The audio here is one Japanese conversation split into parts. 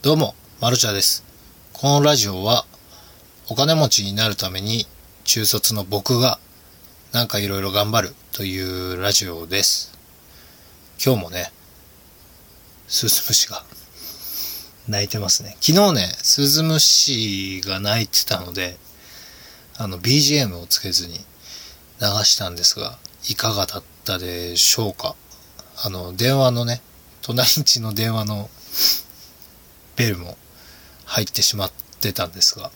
どうも、マルチャです。このラジオはお金持ちになるために中卒の僕がなんかいろいろ頑張るというラジオです。今日もね、スズムシが鳴いてますね。昨日ね、スズムシが鳴いてたので、BGM をつけずに流したんですが、いかがだったでしょうか。電話のね、隣んちの電話のベルも入ってしまってたんですが、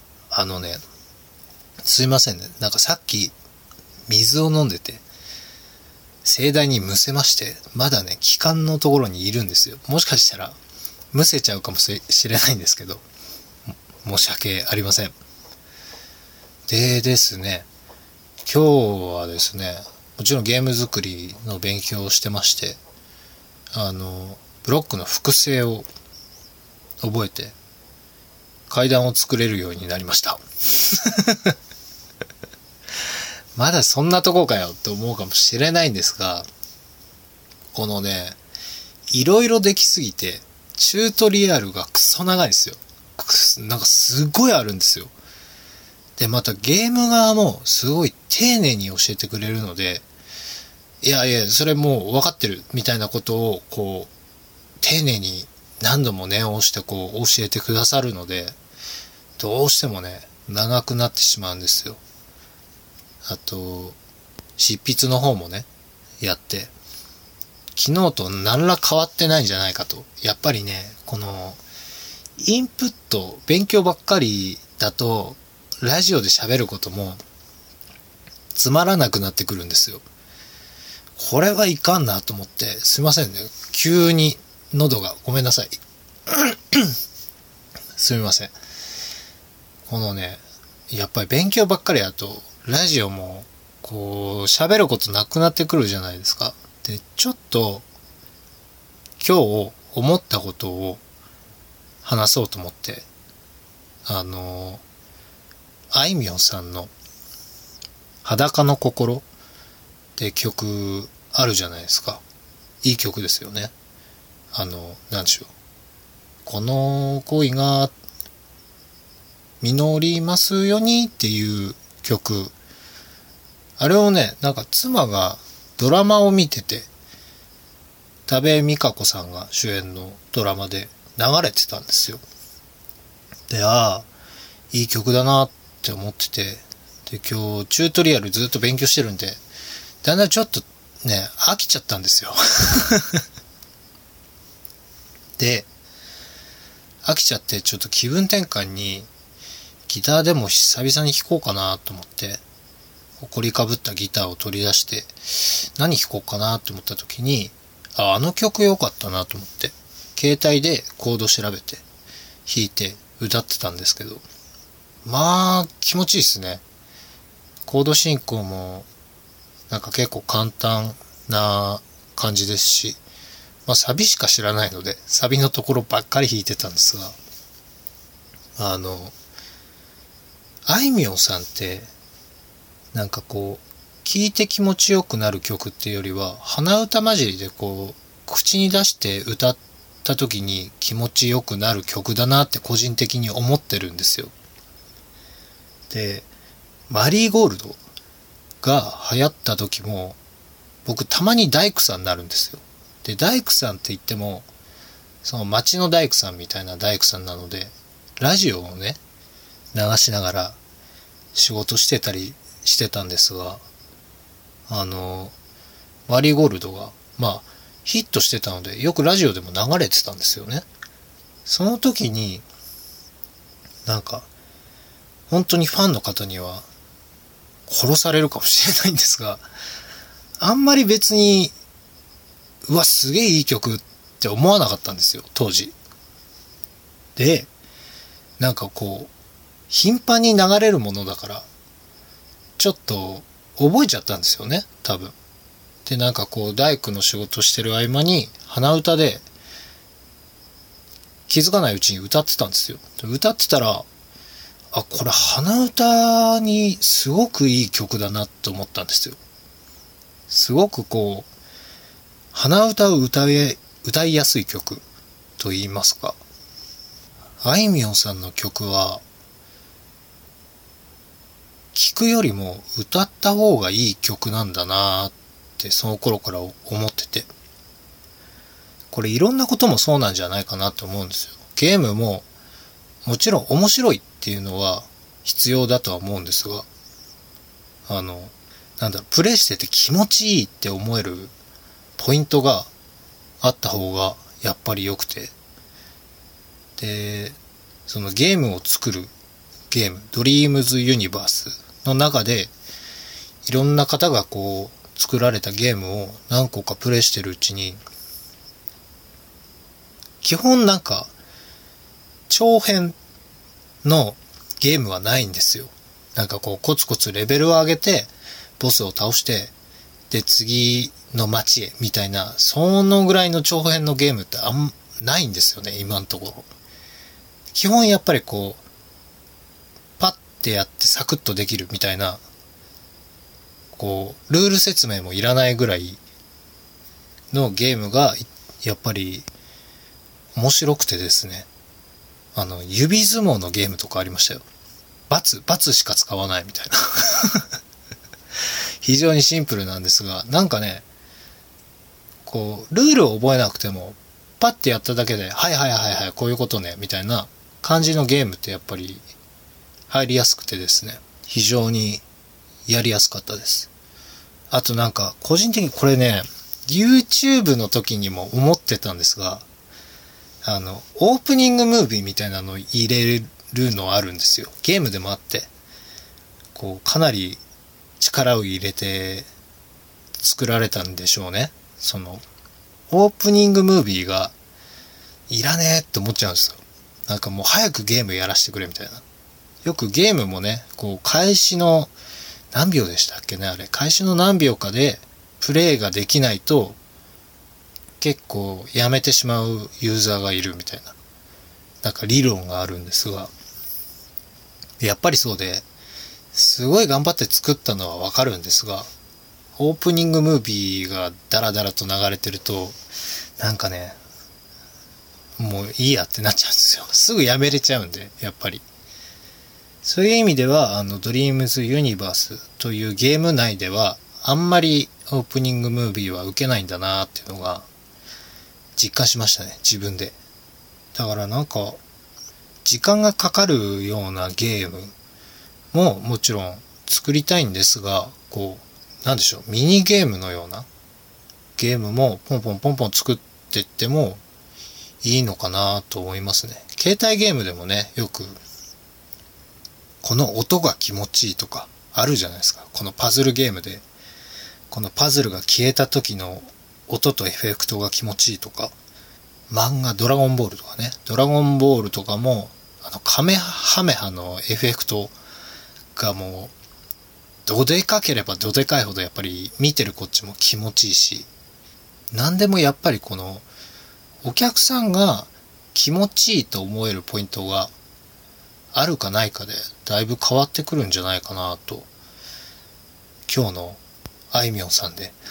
すいませんね。なんかさっき水を飲んでて盛大にむせまして、まだね気管のところにいるんですよ。もしかしたらむせちゃうかもしれないんですけど、申し訳ありません。でですね、今日はですね、もちろんゲーム作りの勉強をしてまして、ブロックの複製を覚えて階段を作れるようになりましたまだそんなとこかよって思うかもしれないんですが、このね、いろいろできすぎてチュートリアルがクソ長いですよ。なんかすごいあるんですよ。でまたゲーム側もすごい丁寧に教えてくれるので、いやそれもう分かってるみたいなことをこう丁寧に何度も念を押してこう教えてくださるので、どうしてもね長くなってしまうんですよ。あと執筆の方もねやって、昨日と何ら変わってないんじゃないかと。やっぱりね、このインプット勉強ばっかりだとラジオで喋ることもつまらなくなってくるんですよ。これはいかんなと思って、すいませんね、急に喉がごめんなさいすみません。このね、やっぱり勉強ばっかりだとラジオもこう喋ることなくなってくるじゃないですか。でちょっと今日思ったことを話そうと思って、あいみょんさんの裸の心って曲あるじゃないですか。いい曲ですよね。なんでしょう、この恋が実りますようにっていう曲。あれをね、なんか妻がドラマを見てて、多部未華子さんが主演のドラマで流れてたんですよ。で、いい曲だなって思ってて、で今日チュートリアルずっと勉強してるんで、だんだんちょっとね飽きちゃったんですよで飽きちゃって、ちょっと気分転換にギターでも久々に弾こうかなと思って、埃かぶったギターを取り出して何弾こうかなと思った時に、あの曲良かったなと思って、携帯でコード調べて弾いて歌ってたんですけど、まあ気持ちいいですね。コード進行もなんか結構簡単な感じですし、サビしか知らないのでサビのところばっかり弾いてたんですが、あいみょんさんってなんかこう聴いて気持ちよくなる曲っていうよりは、鼻歌混じりでこう口に出して歌った時に気持ちよくなる曲だなって個人的に思ってるんですよ。でマリーゴールドが流行った時も僕たまに大工さんになるんですよ。で大工さんって言ってもその町の大工さんみたいな大工さんなので、ラジオをね流しながら仕事してたりしてたんですが、マリーゴールドがヒットしてたのでよくラジオでも流れてたんですよね。その時になんか本当にファンの方には殺されるかもしれないんですが、あんまり別にうわすげえいい曲って思わなかったんですよ当時。でなんかこう頻繁に流れるものだからちょっと覚えちゃったんですよね多分。でなんかこう大工の仕事してる合間に鼻歌で気づかないうちに歌ってたんですよ。歌ってたら、これ鼻歌にすごくいい曲だなと思ったんですよ。すごくこう鼻歌を歌いやすい曲と言いますか、 あいみょんさんの曲は聴くよりも歌った方がいい曲なんだなーってその頃から思ってて、これいろんなこともそうなんじゃないかなと思うんですよ。ゲームももちろん面白いっていうのは必要だとは思うんですが、プレイしてて気持ちいいって思えるポイントがあった方がやっぱり良くて、で、そのゲームを作るゲーム、ドリームズユニバースの中でいろんな方がこう作られたゲームを何個かプレイしてるうちに、基本なんか長編のゲームはないんですよ。なんかこうコツコツレベルを上げてボスを倒してで次の街へみたいな、そのぐらいの長編のゲームってないんですよね、今のところ。基本やっぱりこうパッてやってサクッとできるみたいな、こうルール説明もいらないぐらいのゲームがやっぱり面白くてですね、指相撲のゲームとかありましたよ。バツしか使わないみたいな非常にシンプルなんですが、なんかね、こうルールを覚えなくてもパッてやっただけではいこういうことねみたいな感じのゲームってやっぱり入りやすくてですね、非常にやりやすかったです。あとなんか個人的にこれね、 YouTube の時にも思ってたんですが、オープニングムービーみたいなのを入れるのあるんですよ。ゲームでもあって、こうかなり力を入れて作られたんでしょうね。そのオープニングムービーがいらねえって思っちゃうんですよ。なんかもう早くゲームやらせてくれみたいな。よくゲームもね、こう開始の何秒でしたっけね、あれ開始の何秒かでプレイができないと結構やめてしまうユーザーがいるみたいな、なんか理論があるんですが、やっぱりそうで、すごい頑張って作ったのはわかるんですが、オープニングムービーがダラダラと流れてると、なんかね、もういいやってなっちゃうんですよ。すぐやめれちゃうんで、やっぱり。そういう意味では、ドリームズユニバースというゲーム内では、あんまりオープニングムービーは受けないんだなっていうのが、実感しましたね、自分で。だからなんか、時間がかかるようなゲームももちろん作りたいんですが、こう、なんでしょう、ミニゲームのようなゲームもポンポン作っていってもいいのかなと思いますね。携帯ゲームでもね、よく、この音が気持ちいいとかあるじゃないですか。このパズルゲームで、このパズルが消えた時の音とエフェクトが気持ちいいとか、漫画ドラゴンボールとかね、ドラゴンボールとかもカメハメハのエフェクトがもうどでかければどでかいほどやっぱり見てるこっちも気持ちいいし、何でもやっぱりこのお客さんが気持ちいいと思えるポイントがあるかないかでだいぶ変わってくるんじゃないかなと、今日のあいみょんさんで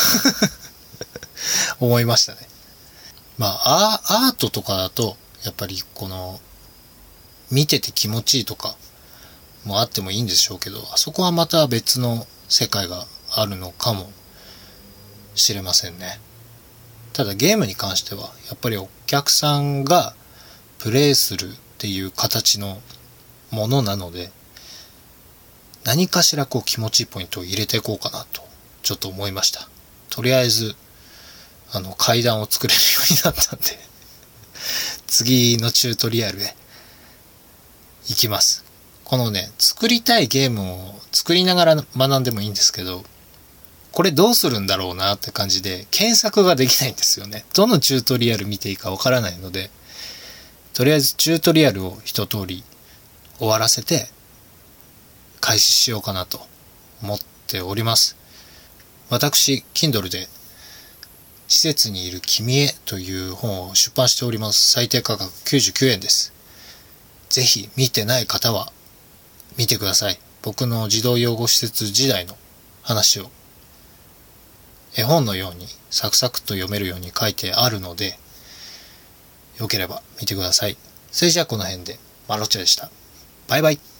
思いましたね。まあアートとかだとやっぱりこの見てて気持ちいいとかもあってもいいんでしょうけど、あそこはまた別の世界があるのかもしれませんね。ただゲームに関してはやっぱりお客さんがプレイするっていう形のものなので、何かしらこう気持ちいいポイントを入れていこうかなとちょっと思いました。とりあえず階段を作れるようになったんで次のチュートリアルへ行きます。このね、作りたいゲームを作りながら学んでもいいんですけど、これどうするんだろうなって感じで検索ができないんですよね。どのチュートリアル見ていいかわからないので、とりあえずチュートリアルを一通り終わらせて開始しようかなと思っております。私 Kindle で施設にいる君へという本を出版しております。最低価格99円です。ぜひ見てない方は見てください。僕の児童養護施設時代の話を絵本のようにサクサクっと読めるように書いてあるので、よければ見てください。 それじゃあこの辺で、マロチャでした。バイバイ。